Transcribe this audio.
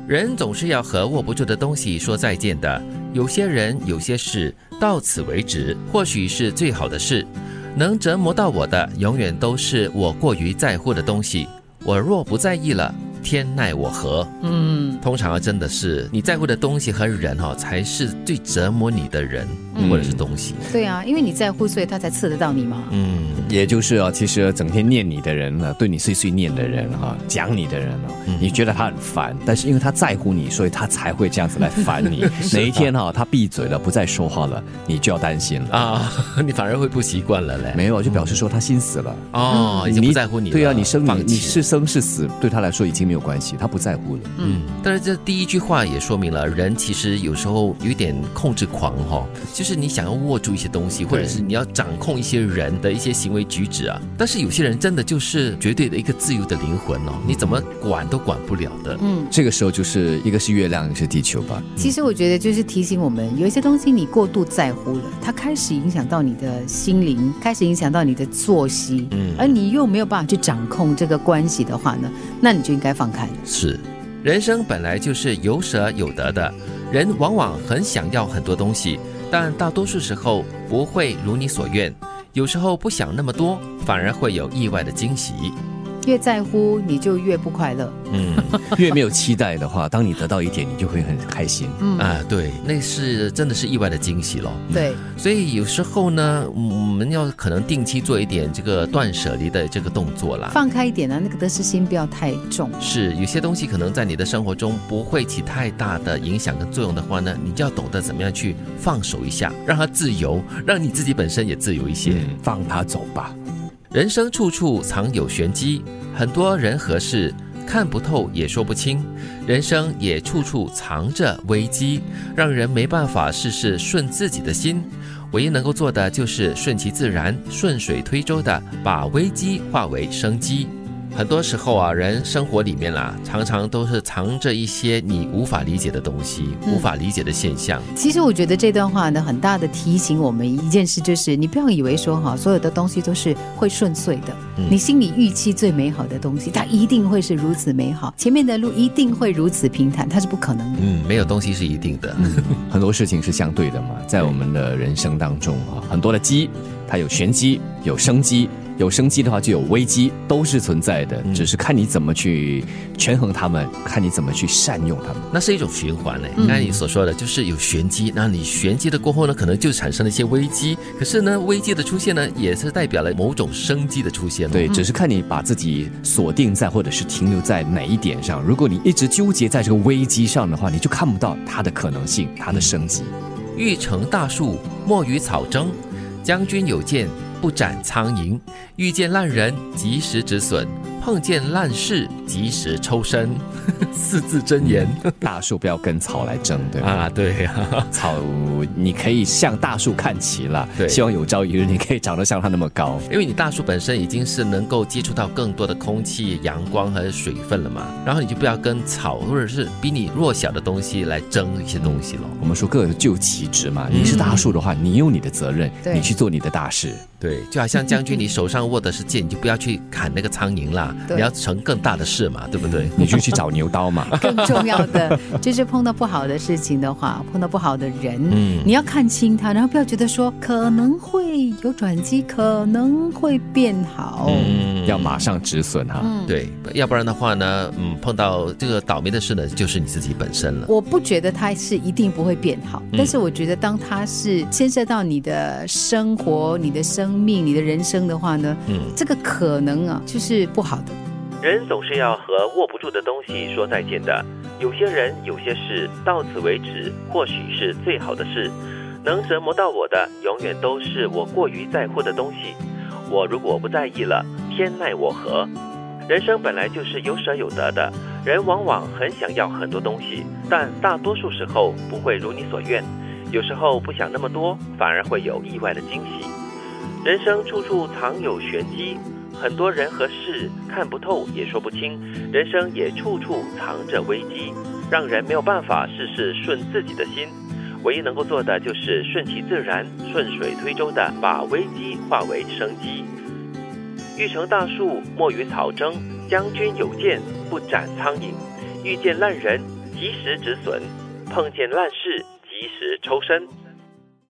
人总是要和握不住的东西说再见的，有些人有些事到此为止，或许是最好的事。能折磨到我的永远都是我过于在乎的东西，我若不在意了，天奈我何。通常真的是你在乎的东西和人才是最折磨你的人或者是东西。 对啊，因为你在乎，所以他才刺得到你嘛。 也就是其实整天念你的人呢，对你碎碎念的人讲你的人你觉得他很烦，但是因为他在乎你，所以他才会这样子来烦你。哪一天他闭嘴了，不再说话了，你就要担心了啊，你反而会不习惯了嘞。 没有，就表示说他心死了已经不在乎你了。 对啊，你是生是死，对他来说已经没有关系，他不在乎了。 但是这第一句话也说明了，人其实有时候有一点控制狂就是你想要握住一些东西，或者是你要掌控一些人的一些行为举止啊。但是有些人真的就是绝对的一个自由的灵魂你怎么管都管不了的。 这个时候就是一个是月亮，一个是地球吧。 其实我觉得就是提醒我们，有一些东西你过度在乎了，它开始影响到你的心灵，开始影响到你的作息，而你又没有办法去掌控这个关系的话呢，那你就应该放开。 是，人生本来就是有舍有得的，人往往很想要很多东西，但大多数时候不会如你所愿，有时候不想那么多，反而会有意外的惊喜。 越在乎你就越不快乐， 越没有期待的话，当你得到一点，你就会很开心。 对，那是真的是意外的惊喜咯。 对， 所以有时候呢，我们要可能定期做一点这个断舍离的这个动作啦， 放开一点那个得失心不要太重。 是，有些东西可能在你的生活中不会起太大的影响跟作用的话呢，你就要懂得怎么样去放手一下，让它自由，让你自己本身也自由一些。 放它走吧。 人生处处藏有玄机，很多人和事看不透也说不清，人生也处处藏着危机，让人没办法事事顺自己的心。唯一能够做的就是顺其自然，顺水推舟的把危机化为生机。很多时候人生活里面常常都是藏着一些你无法理解的东西，无法理解的现象。 其实我觉得这段话呢，很大的提醒我们一件事，就是你不要以为说所有的东西都是会顺遂的，你心里预期最美好的东西，它一定会是如此美好，前面的路一定会如此平坦，它是不可能的。 没有东西是一定的。 很多事情是相对的嘛，在我们的人生当中很多的机，它有玄机，有生机。有生机的话就有危机，都是存在的，只是看你怎么去权衡它们，看你怎么去善用它们。 那是一种循环刚才你所说的就是有玄机，那你玄机的过后呢，可能就产生了一些危机，可是呢危机的出现呢，也是代表了某种生机的出现。 对，只是看你把自己锁定在或者是停留在哪一点上。如果你一直纠结在这个危机上的话，你就看不到它的可能性，它的生机。 欲成大树，莫与草争，将军有剑，不斩苍蝇，遇见烂人及时止损，碰见烂事及时抽身。四字真言。 大树不要跟草来争，对吧？ 对草你可以向大树看齐了，希望有朝一日你可以长得像它那么高。 因为你大树本身已经是能够接触到更多的空气、阳光和水分了嘛，然后你就不要跟草或者是比你弱小的东西来争一些东西了。 我们说各就其职嘛，你是大树的话，你有你的责任，你去做你的大事。 对，就好像将军，你手上握的是剑，你就不要去砍那个苍蝇啦，你要成更大的事嘛，对不对？ 你就去找牛刀嘛。 更重要的就是碰到不好的事情的话，碰到不好的人，你要看清他，然后不要觉得说可能会有转机，可能会变好， 要马上止损对，要不然的话呢，碰到这个倒霉的事呢，就是你自己本身了。 我不觉得他是一定不会变好，但是我觉得当他是牵涉到你的生活、你的生命、你的人生的话呢，这个可能就是不好的。 人总是要和握不住的东西说再见的，有些人有些事到此为止，或许是最好的事。能折磨到我的永远都是我过于在乎的东西，我如果不在意了，天奈我何。人生本来就是有舍有得的，人往往很想要很多东西，但大多数时候不会如你所愿，有时候不想那么多，反而会有意外的惊喜。人生处处藏有玄机，很多人和事看不透也说不清，人生也处处藏着危机，让人没有办法事事顺自己的心。唯一能够做的就是顺其自然，顺水推舟的把危机化为生机。欲成大树，莫与草争，将军有剑，不斩苍蝇，遇见烂人及时止损，碰见烂事及时抽身。